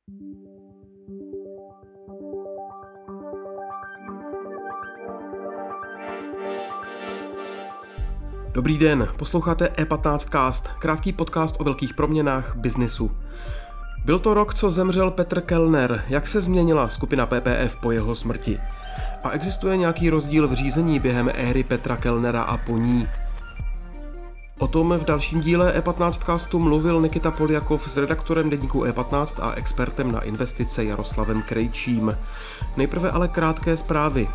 Dobrý den, posloucháte E15cast, krátký podcast o velkých proměnách biznesu. Byl to rok, co zemřel Petr Kellner, jak se změnila skupina PPF po jeho smrti. A existuje nějaký rozdíl v řízení během éry Petra Kellnera a po ní? O tom v dalším díle E15castu mluvil Nikita Poljakov s redaktorem deníku E15 a expertem na investice Jaroslavem Krejčím. Nejprve ale krátké zprávy.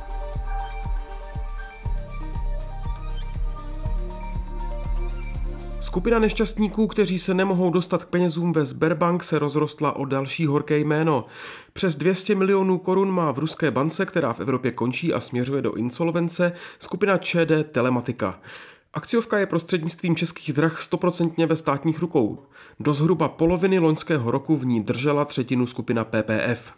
Skupina nešťastníků, kteří se nemohou dostat k penězům ve Sberbank, se rozrostla o další horké jméno. Přes 200 milionů korun má v ruské bance, která v Evropě končí a směřuje do insolvence, skupina ČD Telematika. Akciovka je prostřednictvím Českých drah 100% ve státních rukou. Do zhruba poloviny loňského roku v ní držela třetinu skupina PPF.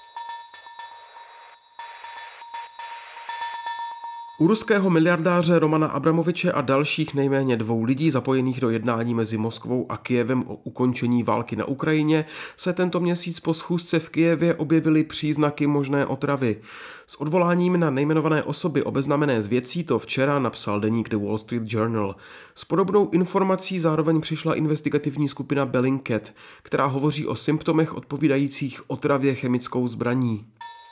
U ruského miliardáře Romana Abramoviče a dalších nejméně 2 lidí zapojených do jednání mezi Moskvou a Kyjevem o ukončení války na Ukrajině se tento měsíc po schůzce v Kyjevě objevily příznaky možné otravy. S odvoláním na nejmenované osoby obeznámené s věcí to včera napsal deník The Wall Street Journal. S podobnou informací zároveň přišla investigativní skupina Bellingcat, která hovoří o symptomech odpovídajících otravě chemickou zbraní.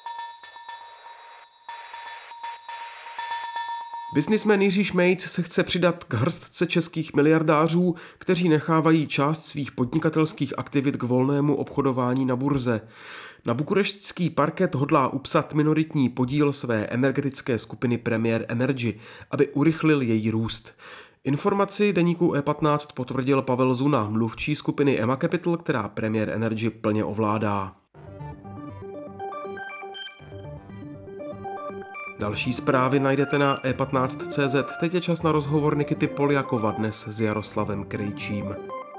Businessman Jiří Šmejc se chce přidat k hrstce českých miliardářů, kteří nechávají část svých podnikatelských aktivit k volnému obchodování na burze. Na bukureštský parket hodlá upsat minoritní podíl své energetické skupiny Premier Energy, aby urychlil její růst. Informaci deníku E15 potvrdil Pavel Zuna, mluvčí skupiny Emma Capital, která Premier Energy plně ovládá. Další zprávy najdete na e15.cz. Teď je čas na rozhovor Nikity Poljakova dnes s Jaroslavem Krejčím.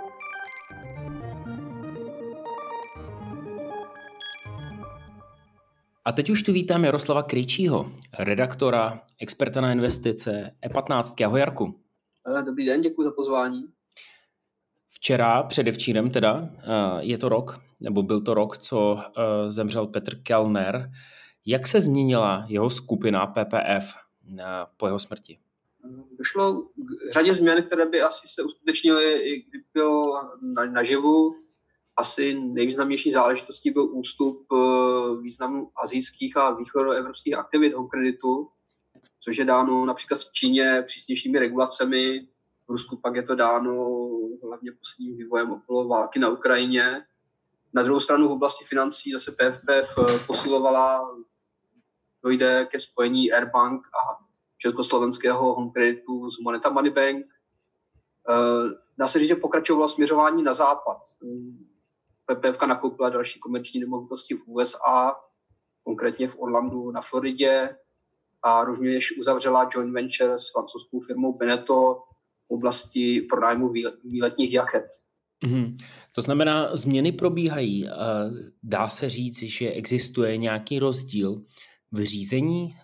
A teď už tu vítám Jaroslava Krejčího, redaktora, experta na investice E15. Ahoj Jarku. Dobrý den, děkuji za pozvání. Včera, předevčírem teda, je to rok, nebo byl to rok, co zemřel Petr Kellner. Jak se změnila jeho skupina PPF po jeho smrti? Došlo k řadě změn, které by asi se uskutečnily, i kdyby byl naživu. Asi nejvýznamnější záležitostí byl ústup významu asijských a východoevropských aktivit home kreditu, což je dáno například v Číně přísnějšími regulacemi. V Rusku pak je to dáno hlavně posledním vývojem okolo války na Ukrajině. Na druhou stranu v oblasti financí zase PPF posilovala, dojde ke spojení Airbank a československého home kreditu s Moneta Money Bank. Dá se říct, že pokračovalo směřování na západ. PPF nakoupila další komerční nemovitosti v USA, konkrétně v Orlandu na Floridě, a rovněž uzavřela joint venture s francouzskou firmou Beneteau v oblasti pronájmu výletních jaket. To znamená, změny probíhají. Dá se říct, že existuje nějaký rozdíl v řízení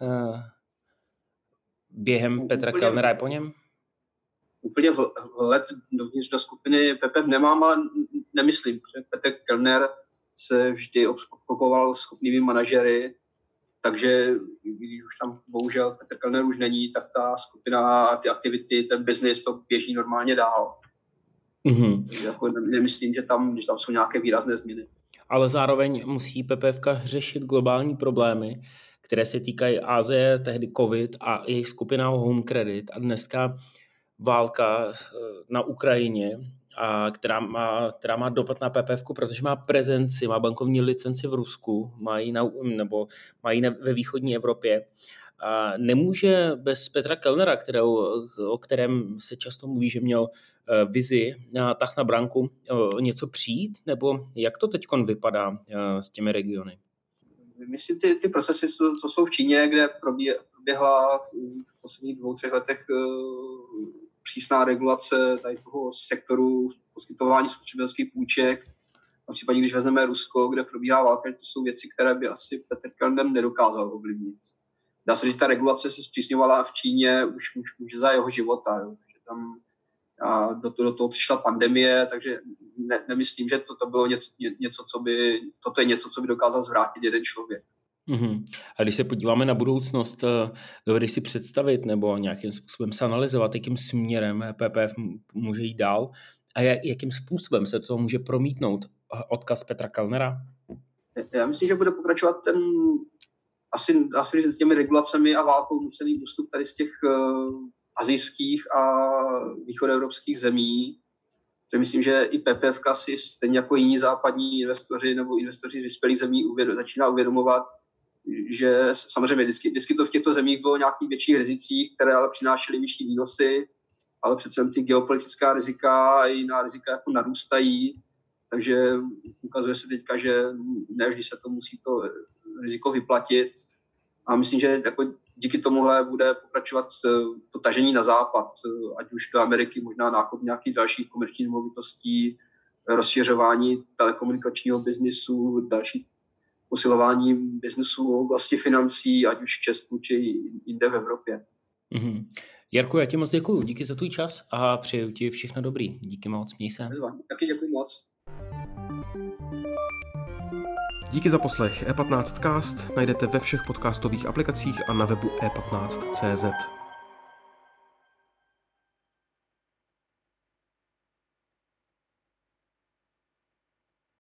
během Petra Kellnera po něm? Úplně vhled dovnitř do skupiny PPF nemám, ale nemyslím, že Petr Kellner se vždy obklopoval schopnými manažery, takže když už tam bohužel Petr Kellner už není, tak ta skupina, ty aktivity, ten biznis to běží normálně dál. Takže jako nemyslím, že tam jsou nějaké výrazné změny. Ale zároveň musí PPF řešit globální problémy, které se týkají Asie, tehdy COVID a jejich skupina Home Credit a dneska válka na Ukrajině, která má dopad na PPF, protože má prezenci, má bankovní licenci v Rusku, mají ve východní Evropě. A nemůže bez Petra Kellnera, o kterém se často mluví, že měl vizi tah na branku, něco přijít? Nebo jak to teď vypadá s těmi regiony? Myslím, ty procesy, co jsou v Číně, kde proběhla v posledních 2-3 letech přísná regulace tady toho sektoru poskytování spotřebitelských půjček. V případě, když vezmeme Rusko, kde probíhá válka, to jsou věci, které by asi Petr Kellner nedokázal ovlivnit. Dá se říct, ta regulace se zpřísňovala v Číně už za jeho života. Jo. Že tam do toho přišla pandemie, takže nemyslím, že to bylo něco, toto je něco, co by dokázal zvrátit jeden člověk. Uhum. A když se podíváme na budoucnost, dovedeš si představit nebo nějakým způsobem se analyzovat, jakým směrem PPF může jít dál a jakým způsobem se to může promítnout odkaz Petra Kellnera? Já myslím, že bude pokračovat ten asi těmi regulacemi a válkou nucený ústup tady z těch asijských a východoevropských zemí. Že myslím, že i PPF si stejně jako jiní západní investoři nebo investoři z vyspělých zemí začíná uvědomovat, že samozřejmě vždycky to v těchto zemích bylo nějakých větších rizicích, které ale přinášely vyšší výnosy, ale přece ty geopolitická rizika a jiná rizika jako narůstají, takže ukazuje se teďka, že ne vždy se to musí to riziko vyplatit. A myslím, že jako díky tomuhle bude pokračovat to tažení na západ, ať už do Ameriky, možná nákup nějakých dalších komerčních nemovitostí, rozšiřování telekomunikačního biznisu, další posilování biznesu v oblasti financí, ať už v Česku, či jinde v Evropě. Mm-hmm. Jarku, já ti moc děkuju, díky za tvůj čas a přeju ti všechno dobrý. Díky moc, měj se. Taky děkuji moc. Díky za poslech E15cast najdete ve všech podcastových aplikacích a na webu e15.cz.